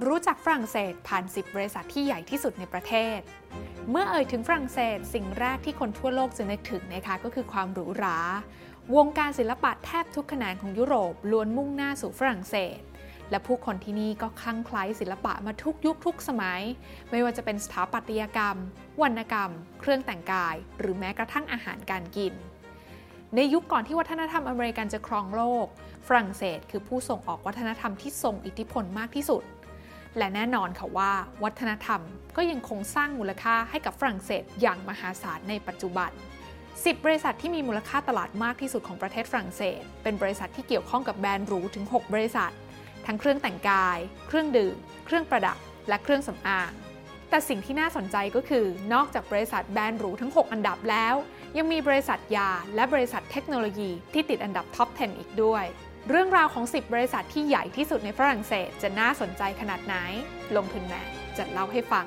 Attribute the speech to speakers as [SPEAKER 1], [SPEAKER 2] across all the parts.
[SPEAKER 1] รู้จักฝรั่งเศสผ่าน10บริษัทที่ใหญ่ที่สุดในประเทศเมื่อเอ่ยถึงฝรั่งเศสสิ่งแรกที่คนทั่วโลกจะนึกถึงนะคะก็คือความหรูหราวงการศิลปะแทบทุกแขนงของยุโรปล้วนมุ่งหน้าสู่ฝรั่งเศสและผู้คนที่นี่ก็คลั่งไคล้ศิลปะมาทุกยุคทุกสมัยไม่ว่าจะเป็นสถาปัตยกรรมวรรณกรรมเครื่องแต่งกายหรือแม้กระทั่งอาหารการกินในยุคก่อนที่วัฒนธรรมอเมริกันจะครองโลกฝรั่งเศสคือผู้ส่งออกวัฒนธรรมที่ทรงอิทธิพลมากที่สุดและแน่นอนค่ะว่าวัฒนธรรมก็ยังคงสร้างมูลค่าให้กับฝรั่งเศสอย่างมหาศาลในปัจจุบัน10บริษัทที่มีมูลค่าตลาดมากที่สุดของประเทศฝรั่งเศสเป็นบริษัทที่เกี่ยวข้องกับแบรนด์หรูถึง6บริษัททั้งเครื่องแต่งกายเครื่องดื่มเครื่องประดับและเครื่องสำอางแต่สิ่งที่น่าสนใจก็คือนอกจากบริษัทแบรนด์หรูทั้ง6อันดับแล้วยังมีบริษัทยาและบริษัทเทคโนโลยีที่ติดอันดับท็อป 10 อีกด้วยเรื่องราวของ10บริษัทที่ใหญ่ที่สุดในฝรั่งเศสจะน่าสนใจขนาดไหนลงทุนแมนจะเล่าให้ฟัง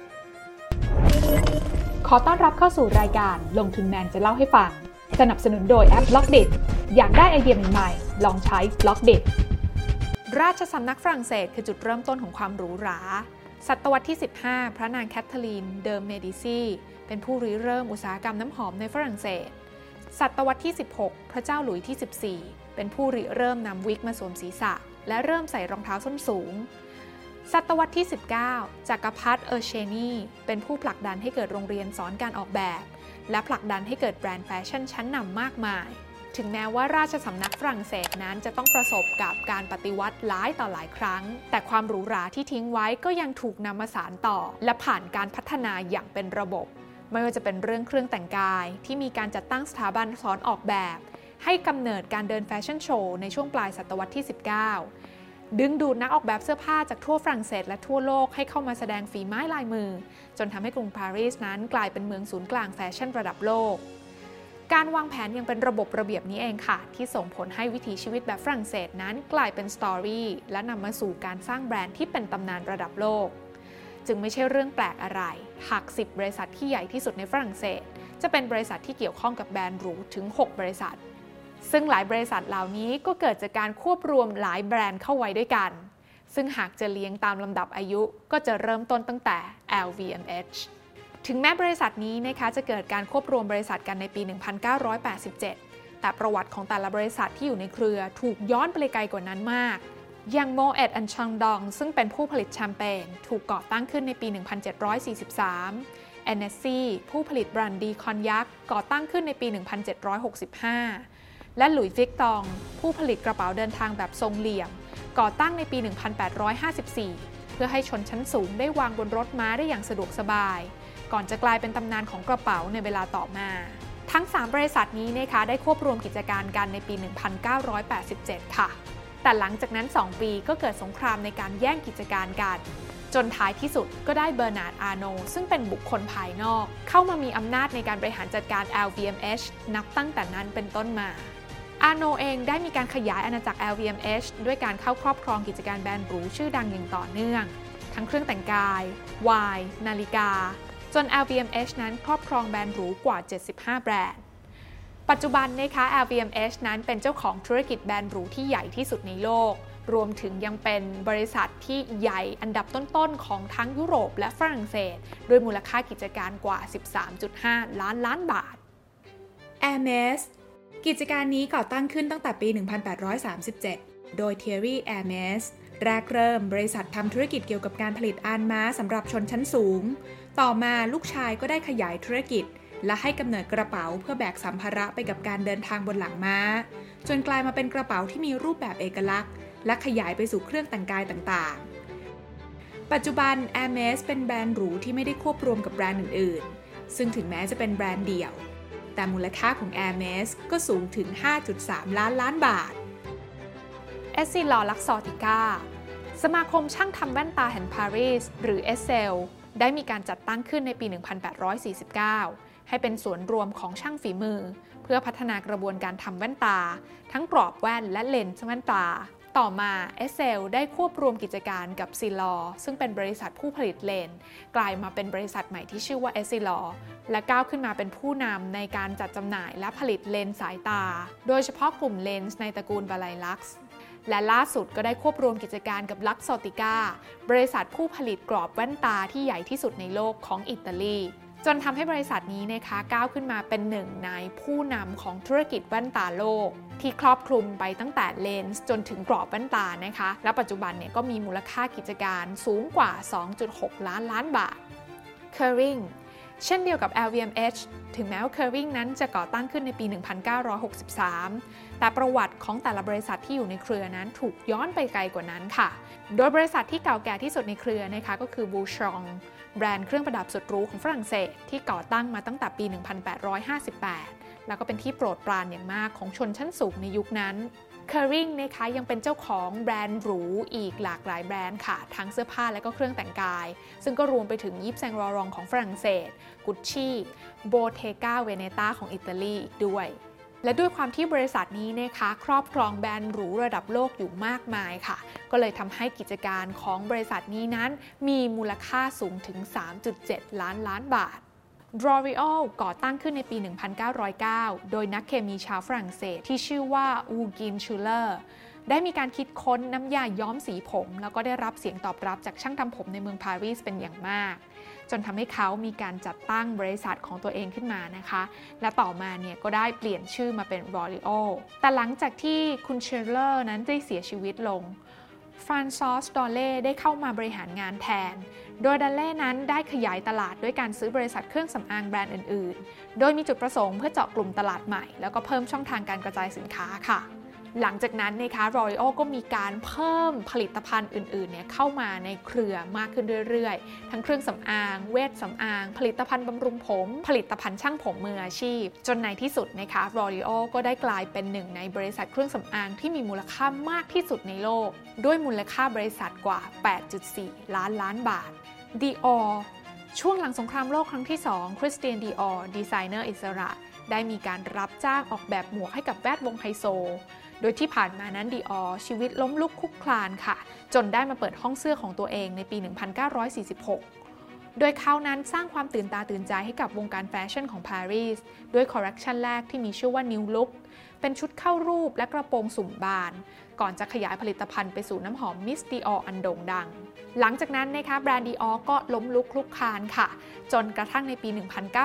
[SPEAKER 1] ขอต้อนรับเข้าสู่รายการลงทุนแมนจะเล่าให้ฟังสนับสนุนโดยแอป Blockdit อยากได้ไอเดียใหม่ๆลองใช้ Blockdit ราชสำนักฝรั่งเศสคือจุดเริ่มต้นของความหรูหราศตวรรษที่15พระนางแคทเธอรีนเดอเมดิซีเป็นผู้ริเริ่มอุตสาหกรรมน้ำหอมในฝรั่งเศสศตวรรษที่16พระเจ้าหลุยส์ที่14เป็นผู้ริเริ่มนำวิกมาสวมศีรษะและเริ่มใส่รองเท้าส้นสูงศตวรรษที่19จักรพรรดิเออร์เชนีเป็นผู้ผลักดันให้เกิดโรงเรียนสอนการออกแบบและผลักดันให้เกิดแบรนด์แฟชั่นชั้นนำมากมายถึงแม้ว่าราชสำนักฝรั่งเศสนั้นจะต้องประสบกับการปฏิวัติหลายต่อหลายครั้งแต่ความหรูหราที่ทิ้งไว้ก็ยังถูกนำมาสานต่อและผ่านการพัฒนาอย่างเป็นระบบไม่ว่าจะเป็นเรื่องเครื่องแต่งกายที่มีการจัดตั้งสถาบันสอนออกแบบให้กำเนิดการเดินแฟชั่นโชว์ในช่วงปลายศตวรรษที่19ดึงดูดนักออกแบบเสื้อผ้าจากทั่วฝรั่งเศสและทั่วโลกให้เข้ามาแสดงฝีไม้ลายมือจนทำให้กรุงปารีสนั้นกลายเป็นเมืองศูนย์กลางแฟชั่นระดับโลกการวางแผนยังเป็นระบบระเบียบนี้เองค่ะที่ส่งผลให้วิถีชีวิตแบบฝรั่งเศสนั้นกลายเป็นสตอรี่และนำมาสู่การสร้างแบรนด์ที่เป็นตำนานระดับโลกจึงไม่ใช่เรื่องแปลกอะไรหาก10บริษัทที่ใหญ่ที่สุดในฝรั่งเศสจะเป็นบริษัทที่เกี่ยวข้องกับแบรนด์หรูถึง6บริษัทซึ่งหลายบริษัทเหล่านี้ก็เกิดจากการควบรวมหลายแบรนด์เข้าไว้ด้วยกันซึ่งหากจะเลี้ยงตามลำดับอายุก็จะเริ่มต้นตั้งแต่ LVMH ถึงแม้บริษัทนี้นะคะจะเกิดการควบรวมบริษัทกันในปี 1987 แต่ประวัติของแต่ละบริษัทที่อยู่ในเครือถูกย้อนไปไกลกว่านั้นมากอย่าง Moet & Chandon ซึ่งเป็นผู้ผลิตแชมเปญถูกก่อตั้งขึ้นในปี 1743 Hennessy ผู้ผลิตบรันดีคอนยักก่อตั้งขึ้นในปี 1765 และหลุยส์วิกตองผู้ผลิตกระเป๋าเดินทางแบบทรงเหลี่ยมก่อตั้งในปี 1854 เพื่อให้ชนชั้นสูงได้วางบนรถม้าได้อย่างสะดวกสบายก่อนจะกลายเป็นตำนานของกระเป๋าในเวลาต่อมาทั้ง3บริษัทนี้นะคะได้ควบรวมกิจการกันในปี 1987 ค่ะแต่หลังจากนั้น2ปีก็เกิดสงครามในการแย่งกิจการกันจนท้ายที่สุดก็ได้เบอร์นาร์ด อาร์โนซึ่งเป็นบุคคลภายนอกเข้ามามีอำนาจในการบริหารจัดการ LVMH นับตั้งแต่นั้นเป็นต้นมาอาร์โนเองได้มีการขยายอาณาจักร LVMH ด้วยการเข้าครอบครองกิจการแบรนด์หรูชื่อดังอย่างต่อเนื่องทั้งเครื่องแต่งกายไวน์นาฬิกาจน LVMH นั้นครอบครองแบรนด์หรูกว่า75แบรนด์ปัจจุบันนะคะ LVMH นั้นเป็นเจ้าของธุรกิจแบรนด์หรูที่ใหญ่ที่สุดในโลกรวมถึงยังเป็นบริษัทที่ใหญ่อันดับต้นๆของทั้งยุโรปและฝรั่งเศสด้วยมูลค่ากิจการกว่า 13.5 ล้านบาท Hermès กิจการนี้ก่อตั้งขึ้นตั้งแต่ปี 1837 โดย Thierry Hermès แรกเริ่มบริษัททำธุรกิจเกี่ยวกับการผลิตอานม้าสำหรับชนชั้นสูงต่อมาลูกชายก็ได้ขยายธุรกิจและให้กำเนิดกระเป๋าเพื่อแบกสัมภาระไปกับการเดินทางบนหลังม้าจนกลายมาเป็นกระเป๋าที่มีรูปแบบเอกลักษณ์และขยายไปสู่เครื่องแต่งกายต่างๆปัจจุบัน Hermès เป็นแบรนด์หรูที่ไม่ได้ควบรวมกับแบรนด์อื่นๆซึ่งถึงแม้จะเป็นแบรนด์เดี่ยวแต่มูลค่าของ Hermès ก็สูงถึง 5.3 ล้านบาท Essilor Luxottica สมาคมช่างทำแว่นตาแห่งปารีสหรือ Essel ได้มีการจัดตั้งขึ้นในปี 1849 ให้เป็นส่วนรวมของช่างฝีมือเพื่อพัฒนากระบวนการทำแว่นตาทั้งกรอบแว่นและเลนส์แว่นตาต่อมา Essel ได้ควบรวมกิจการกับ Silor ซึ่งเป็นบริษัทผู้ผลิตเลนส์กลายมาเป็นบริษัทใหม่ที่ชื่อว่า Essilor และก้าวขึ้นมาเป็นผู้นำในการจัดจำหน่ายและผลิตเลนส์สายตาโดยเฉพาะกลุ่มเลนส์ในตระกูล Varilux และล่าสุดก็ได้ควบรวมกิจการกับ Luxottica บริษัทผู้ผลิตกรอบแว่นตาที่ใหญ่ที่สุดในโลกของอิตาลีจนทำให้บริษัทนี้นะคะก้าวขึ้นมาเป็นหนึ่งในผู้นำของธุรกิจแว่นตาโลกที่ครอบคลุมไปตั้งแต่เลนส์จนถึงกรอบแว่นตานะคะและปัจจุบันเนี่ยก็มีมูลค่ากิจการสูงกว่า 2.6 ล้านบาท Kering เช่นเดียวกับ LVMH ถึงแม้ว่า Kering นั้นจะก่อตั้งขึ้นในปี 1963 แต่ประวัติของแต่ละบริษัทที่อยู่ในเครือนั้นถูกย้อนไปไกลกว่านั้นค่ะโดยบริษัทที่เก่าแก่ที่สุดในเครือนะคะก็คือ Boucheronแบรนด์เครื่องประดับสุดหรูของฝรั่งเศสที่ก่อตั้งมาตั้งแต่ปี 1858 แล้วก็เป็นที่โปรดปรานอย่างมากของชนชั้นสูงในยุคนั้น Kering นะคะยังเป็นเจ้าของแบรนด์หรูอีกหลากหลายแบรนด์ค่ะทั้งเสื้อผ้าและก็เครื่องแต่งกายซึ่งก็รวมไปถึงยิปแซงลอรองของฝรั่งเศส Gucci Bottega Veneta ของอิตาลีอีกด้วยและด้วยความที่บริษัทนี้นะคะครอบครองแบรนด์หรูระดับโลกอยู่มากมายค่ะก็เลยทำให้กิจการของบริษัทนี้นั้นมีมูลค่าสูงถึง 3.7 ล้านบาทL'Oréal ก่อตั้งขึ้นในปี 1909 โดยนักเคมีชาวฝรั่งเศสที่ชื่อว่าอูกินชูเลอร์ได้มีการคิดค้นน้ำยาย้อมสีผมแล้วก็ได้รับเสียงตอบรับจากช่างทำผมในเมืองปารีสเป็นอย่างมากจนทำให้เขามีการจัดตั้งบริษัทของตัวเองขึ้นมานะคะและต่อมาเนี่ยก็ได้เปลี่ยนชื่อมาเป็น L'Oréal แต่หลังจากที่คุณชูเลอร์นั้นได้เสียชีวิตลงฟรานซอส ดอเล่ได้เข้ามาบริหารงานแทนโดยดอเล่นั้นได้ขยายตลาดด้วยการซื้อบริษัทเครื่องสำอางแบรนด์อื่นๆโดยมีจุดประสงค์เพื่อเจาะกลุ่มตลาดใหม่แล้วก็เพิ่มช่องทางการกระจายสินค้าค่ะหลังจากนั้นนะคะ L'Oréal ก็มีการเพิ่มผลิตภัณฑ์อื่นๆเนี่ยเข้ามาในเครือมากขึ้นเรื่อยๆทั้งเครื่องสำอางเวชสำอางผลิตภัณฑ์บำรุงผมผลิตภัณฑ์ช่างผมมืออาชีพจนในที่สุดนะคะ L'Oréal ก็ได้กลายเป็นหนึ่งในบริษัทเครื่องสำอางที่มีมูลค่ามากที่สุดในโลกด้วยมูลค่าบริษัทกว่า 8.4 ล้านบาทDior ช่วงหลังสงครามโลกครั้งที่ 2 คริสเตียน ดีออร์ดีไซเนอร์อิสระได้มีการรับจ้างออกแบบหมวกให้กับแวดวงไฮโซโดยที่ผ่านมานั้น Dior ชีวิตล้มลุกคลุกคลานค่ะจนได้มาเปิดห้องเสื้อของตัวเองในปี 1946 โดยเขานั้นสร้างความตื่นตาตื่นใจให้กับวงการแฟชั่นของปารีสด้วยคอลเลคชันแรกที่มีชื่อว่า New Look เป็นชุดเข้ารูปและกระโปรงสุ่มบานก่อนจะขยายผลิตภัณฑ์ไปสู่น้ำหอม Miss Dior อันโด่งดังหลังจากนั้นนะคะแบรนด์ Dior ก็ล้มลุกคลุกคลานค่ะจนกระทั่งในปี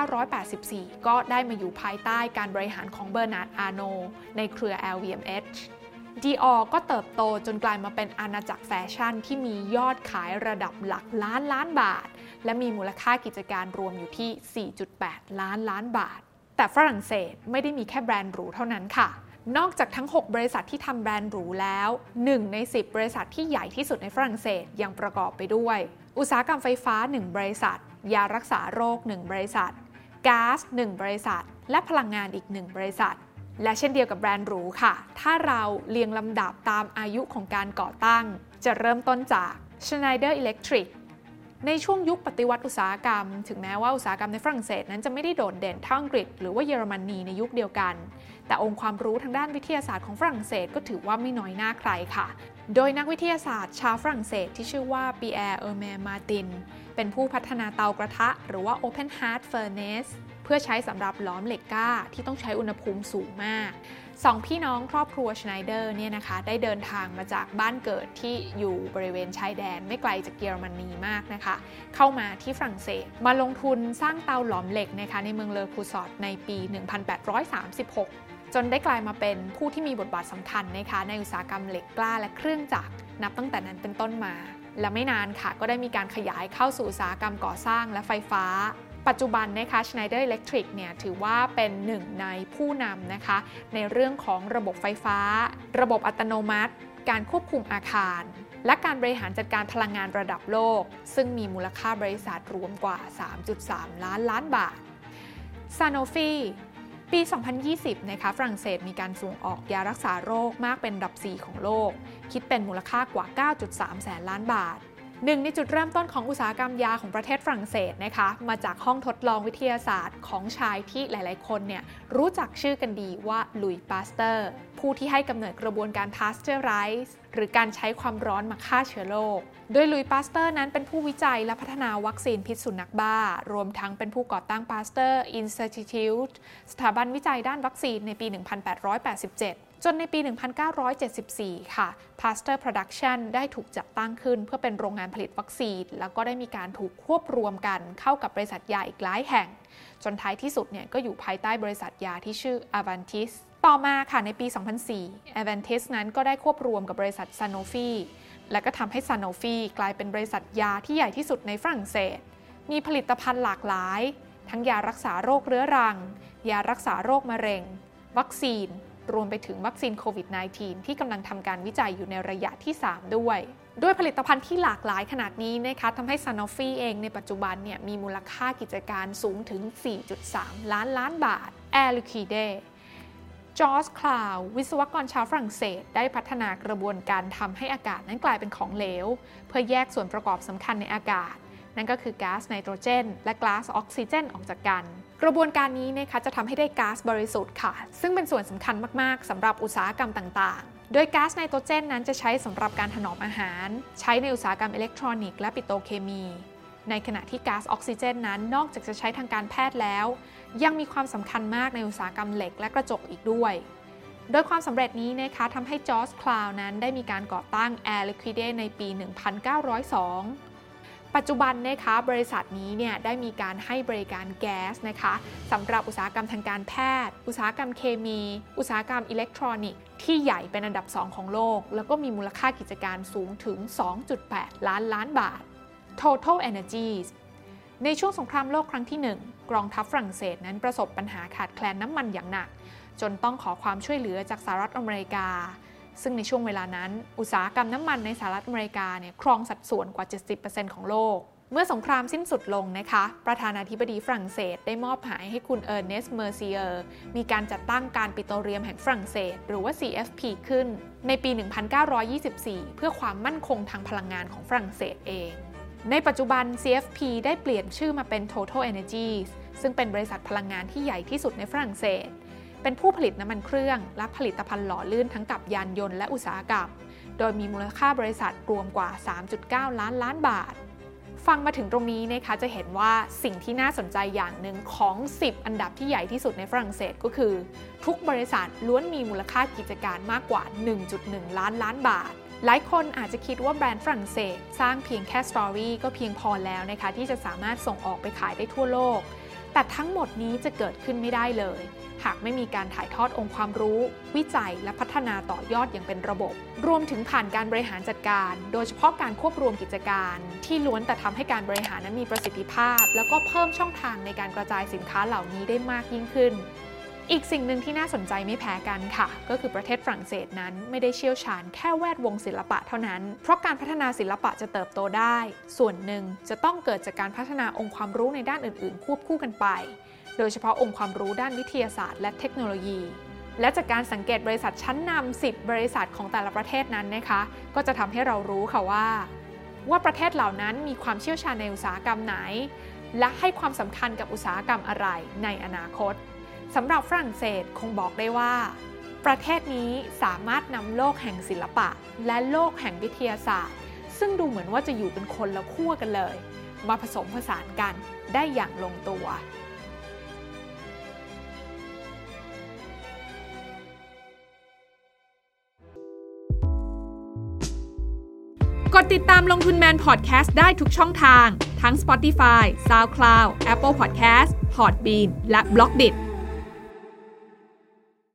[SPEAKER 1] 1984 ก็ได้มาอยู่ภายใต้การบริหารของเบอร์นาร์ด อาร์โนในเครือ LVMH Dior ก็เติบโตจนกลายมาเป็นอาณาจักรแฟชั่นที่มียอดขายระดับหลักล้านบาทและมีมูลค่ากิจการรวมอยู่ที่ 4.8 ล้านบาทแต่ฝรั่งเศสไม่ได้มีแค่แบรนด์หรูเท่านั้นค่ะนอกจากทั้ง 6 บริษัทที่ทำแบรนด์หรูแล้ว1ใน10 บริษัทที่ใหญ่ที่สุดในฝรั่งเศสยังประกอบไปด้วยอุตสาหกรรมไฟฟ้า1บริษัทยารักษาโรค1บริษัทก๊าซ1บริษัทและพลังงานอีก1บริษัทและเช่นเดียวกับแบรนด์หรูค่ะถ้าเราเรียงลำดับตามอายุของการก่อตั้งจะเริ่มต้นจาก Schneider Electric ในช่วงยุคปฏิวัติอุตสาหกรรมถึงแม้ว่าอุตสาหกรรมในฝรั่งเศสนั้นจะไม่ได้โดดเด่นเท่าอังกฤษหรือว่าเยอรมนีในยุคเดียวกันแต่องค์ความรู้ทางด้านวิทยาศาสตร์ของฝรั่งเศสก็ถือว่าไม่น้อยหน้าใครค่ะโดยนักวิทยาศาสตร์ชาวฝรั่งเศสที่ชื่อว่าปีแอร์ เออร์แมร์ มาร์ตินเป็นผู้พัฒนาเตากระทะหรือว่า Open Heart Furnace เพื่อใช้สำหรับหลอมเหล็กกล้าที่ต้องใช้อุณหภูมิสูงมาก2พี่น้องครอบครัวชไนเดอร์เนี่ยนะคะได้เดินทางมาจากบ้านเกิดที่อยู่บริเวณชายแดนไม่ไกลจากเยอรมนีมากนะคะเข้ามาที่ฝรั่งเศสมาลงทุนสร้างเตาหลอมเหล็กนะคะในเมืองเลอคูซอร์ในปี 1836 จนได้กลายมาเป็นผู้ที่มีบทบาทสำคัญนะคะในอุตสาหกรรมเหล็กกล้าและเครื่องจักรนับตั้งแต่นั้นเป็นต้นมาและไม่นานค่ะก็ได้มีการขยายเข้าสู่อุตสาหกรรมก่อสร้างและไฟฟ้าปัจจุบันนะคะ Schneider Electric เนี่ยถือว่าเป็นหนึ่งในผู้นำนะคะในเรื่องของระบบไฟฟ้าระบบอัตโนมัติการควบคุมอาคารและการบริหารจัดการพลังงานระดับโลกซึ่งมีมูลค่าบริษัทรวมกว่า 3.3 ล้านบาท Sanofi ปี 2020 นะคะฝรั่งเศสมีการส่งออกยารักษาโรคมากเป็นอันดับ 4 ของโลกคิดเป็นมูลค่ากว่า 9.3 แสนล้านบาทหนึ่งในจุดเริ่มต้นของอุตสาหกรรมยาของประเทศฝรั่งเศสนะคะมาจากห้องทดลองวิทยาศาสตร์ของชายที่หลายๆคนเนี่ยรู้จักชื่อกันดีว่าลุยส์ ปาสเตอร์ผู้ที่ให้กำเนิดกระบวนการพาสเจอร์ไรส์หรือการใช้ความร้อนมาฆ่าเชื้อโรคโดยลุยส์ ปาสเตอร์นั้นเป็นผู้วิจัยและพัฒนาวัคซีนพิษสุนัขบ้ารวมทั้งเป็นผู้ก่อตั้ง Pasteur Institute สถาบันวิจัยด้านวัคซีนในปี 1887 จนในปี 1974 ค่ะ Pasteur Production ได้ถูกจัดตั้งขึ้นเพื่อเป็นโรงงานผลิตวัคซีนแล้วก็ได้มีการถูกควบรวมกันเข้ากับบริษัทยาอีกหลายแห่งจนท้ายที่สุดเนี่ยก็อยู่ภายใต้บริษัทยาที่ชื่อ Aventis ต่อมาค่ะในปี 2004 Aventis นั้นก็ได้ควบรวมกับบริษัท Sanofi และก็ทำให้ Sanofi กลายเป็นบริษัทยาที่ใหญ่ที่สุดในฝรั่งเศสมีผลิตภัณฑ์หลากหลายทั้งยารักษาโรคเรื้อรังยารักษาโรคมะเร็งวัคซีนรวมไปถึงวัคซีนโควิด -19 ที่กำลังทำการวิจัยอยู่ในระยะที่ 3 ด้วยผลิตภัณฑ์ที่หลากหลายขนาดนี้นะคะทำให้ Sanofi เองในปัจจุบันเนี่ยมีมูลค่ากิจการสูงถึง 4.3 ล้านบาท Air Liquideจอร์จ คลาววิศวกรชาวฝรั่งเศสได้พัฒนากระบวนการทำให้อากาศนั้นกลายเป็นของเหลวเพื่อแยกส่วนประกอบสำคัญในอากาศนั่นก็คือก๊าซไนโตรเจนและก๊าซออกซิเจนออกจากกันกระบวนการนี้นะคะจะทำให้ได้ก๊าซบริสุทธิ์ค่ะซึ่งเป็นส่วนสำคัญมากๆสำหรับอุตสาหกรรมต่างๆโดยก๊าซไนโตรเจนนั้นจะใช้สำหรับการถนอมอาหารใช้ในอุตสาหกรรมอิเล็กทรอนิกส์และปิโตรเคมีในขณะที่ก๊าซออกซิเจนนั้นนอกจากจะใช้ทางการแพทย์แล้วยังมีความสำคัญมากในอุตสาหกรรมเหล็กและกระจกอีกด้วยโดยความสำเร็จนี้นะคะทำให้จอร์จ คลาวนั้นได้มีการก่อตั้ง Air Liquide ในปี 1902 ปัจจุบันนะคะบริษัทนี้เนี่ยได้มีการให้บริการแก๊สนะคะสำหรับอุตสาหกรรมทางการแพทย์อุตสาหกรรมเคมีอุตสาหกรรมอิเล็กทรอนิกส์ที่ใหญ่เป็นอันดับ 2 ของโลกแล้วก็มีมูลค่ากิจการสูงถึง 2.8 ล้านบาท Total Energies ในช่วงสงครามโลกครั้งที่ 1 กองทัพฝรั่งเศสนั้นประสบปัญหาขาดแคลนน้ำมันอย่างหนักจนต้องขอความช่วยเหลือจากสหรัฐอเมริกาซึ่งในช่วงเวลานั้นอุตสาหกรรมน้ำมันในสหรัฐอเมริกาเนี่ยครองสัดส่วนกว่า 70% ของโลกเมื่อสงครามสิ้นสุดลงนะคะประธานาธิบดีฝรั่งเศสได้มอบหมายให้คุณเออร์เนสต์ เมอร์เซียร์มีการจัดตั้งการปิโตรเลียมแห่งฝรั่งเศสหรือว่า CFP ขึ้นในปี 1924 เพื่อความมั่นคงทางพลังงานของฝรั่งเศสเองในปัจจุบัน CFP ได้เปลี่ยนชื่อมาเป็น Total Energies ซึ่งเป็นบริษัทพลังงานที่ใหญ่ที่สุดในฝรั่งเศสเป็นผู้ผลิตน้ำมันเครื่องและผลิตภัณฑ์หล่อลื่นทั้งกับยานยนต์และอุตสาหกรรมโดยมีมูลค่าบริษัทรวมกว่า 3.9 ล้านบาทฟังมาถึงตรงนี้นะคะจะเห็นว่าสิ่งที่น่าสนใจอย่างหนึ่งของ10อันดับที่ใหญ่ที่สุดในฝรั่งเศสก็คือทุกบริษัทล้วนมีมูลค่ากิจการมากกว่า 1.1 ล้านบาทหลายคนอาจจะคิดว่าแบรนด์ฝรั่งเศสสร้างเพียงแค่สตอรี่ก็เพียงพอแล้วนะคะที่จะสามารถส่งออกไปขายได้ทั่วโลกแต่ทั้งหมดนี้จะเกิดขึ้นไม่ได้เลยหากไม่มีการถ่ายทอดองค์ความรู้วิจัยและพัฒนาต่อยอดอย่างเป็นระบบรวมถึงผ่านการบริหารจัดการโดยเฉพาะการควบรวมกิจการที่ล้วนแต่ทำให้การบริหารนั้นมีประสิทธิภาพแล้วก็เพิ่มช่องทางในการกระจายสินค้าเหล่านี้ได้มากยิ่งขึ้นอีกสิ่งหนึ่งที่น่าสนใจไม่แพ้กันค่ะก็คือประเทศฝรั่งเศสนั้นไม่ได้เชี่ยวชาญแค่แวดวงศิลปะเท่านั้นเพราะการพัฒนาศิลปะจะเติบโตได้ส่วนหนึ่งจะต้องเกิดจากการพัฒนาองค์ความรู้ในด้านอื่นๆควบคู่กันไปโดยเฉพาะองค์ความรู้ด้านวิทยาศาสตร์และเทคโนโลยีและจากการสังเกตบริษัทชั้นนำ10บริษัทของแต่ละประเทศนั้นนะคะก็จะทำให้เรารู้ค่ะว่าประเทศเหล่านั้นมีความเชี่ยวชาญในอุตสาหกรรมไหนและให้ความสำคัญกับอุตสาหกรรมอะไรในอนาคตสำหรับฝรั่งเศสคงบอกได้ว่าประเทศนี้สามารถนำโลกแห่งศิลปะและโลกแห่งวิทยาศาสตร์ซึ่งดูเหมือนว่าจะอยู่เป็นคนละขั้วกันเลยมาผสมผสานกันได้อย่างลงตัวกดติดตามลงทุนแมนพอดแคสต์ได้ทุกช่องทางทั้ง Spotify, SoundCloud, Apple Podcast, Podbean และ Blockdit